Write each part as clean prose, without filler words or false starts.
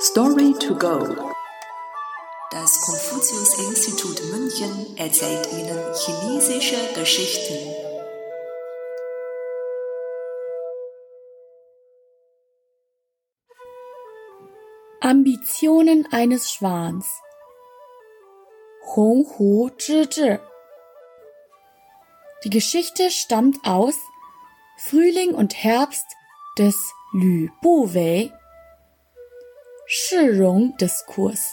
Story to go. Das Konfuzius-Institut München erzählt Ihnen chinesische Geschichten. Ambitionen eines Schwans. Honghu Zhizhi. Die Geschichte stammt aus Frühling und Herbst des Lü Buwei, Shirong-Diskurs.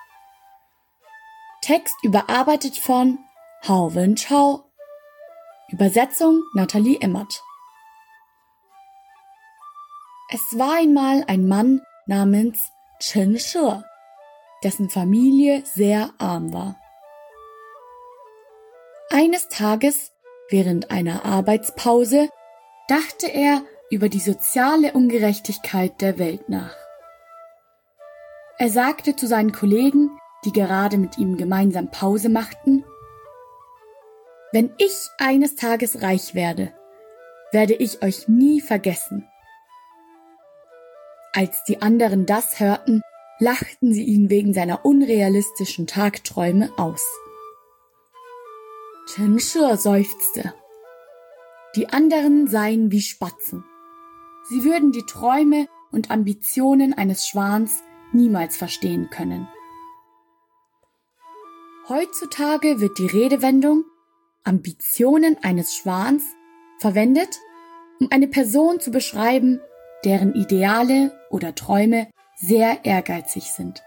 Text überarbeitet von Hao Wenchao. Übersetzung Nathalie Emmert. Es war einmal ein Mann namens Chen She, dessen Familie sehr arm war. Eines Tages, während einer Arbeitspause, dachte er über die soziale Ungerechtigkeit der Welt nach. Er sagte zu seinen Kollegen, die gerade mit ihm gemeinsam Pause machten: Wenn ich eines Tages reich werde, werde ich euch nie vergessen. Als die anderen das hörten, lachten sie ihn wegen seiner unrealistischen Tagträume aus. Chen She seufzte. Die anderen seien wie Spatzen. Sie würden die Träume und Ambitionen eines Schwans niemals verstehen können. Heutzutage wird die Redewendung Ambitionen eines Schwans verwendet, um eine Person zu beschreiben, deren Ideale oder Träume sehr ehrgeizig sind.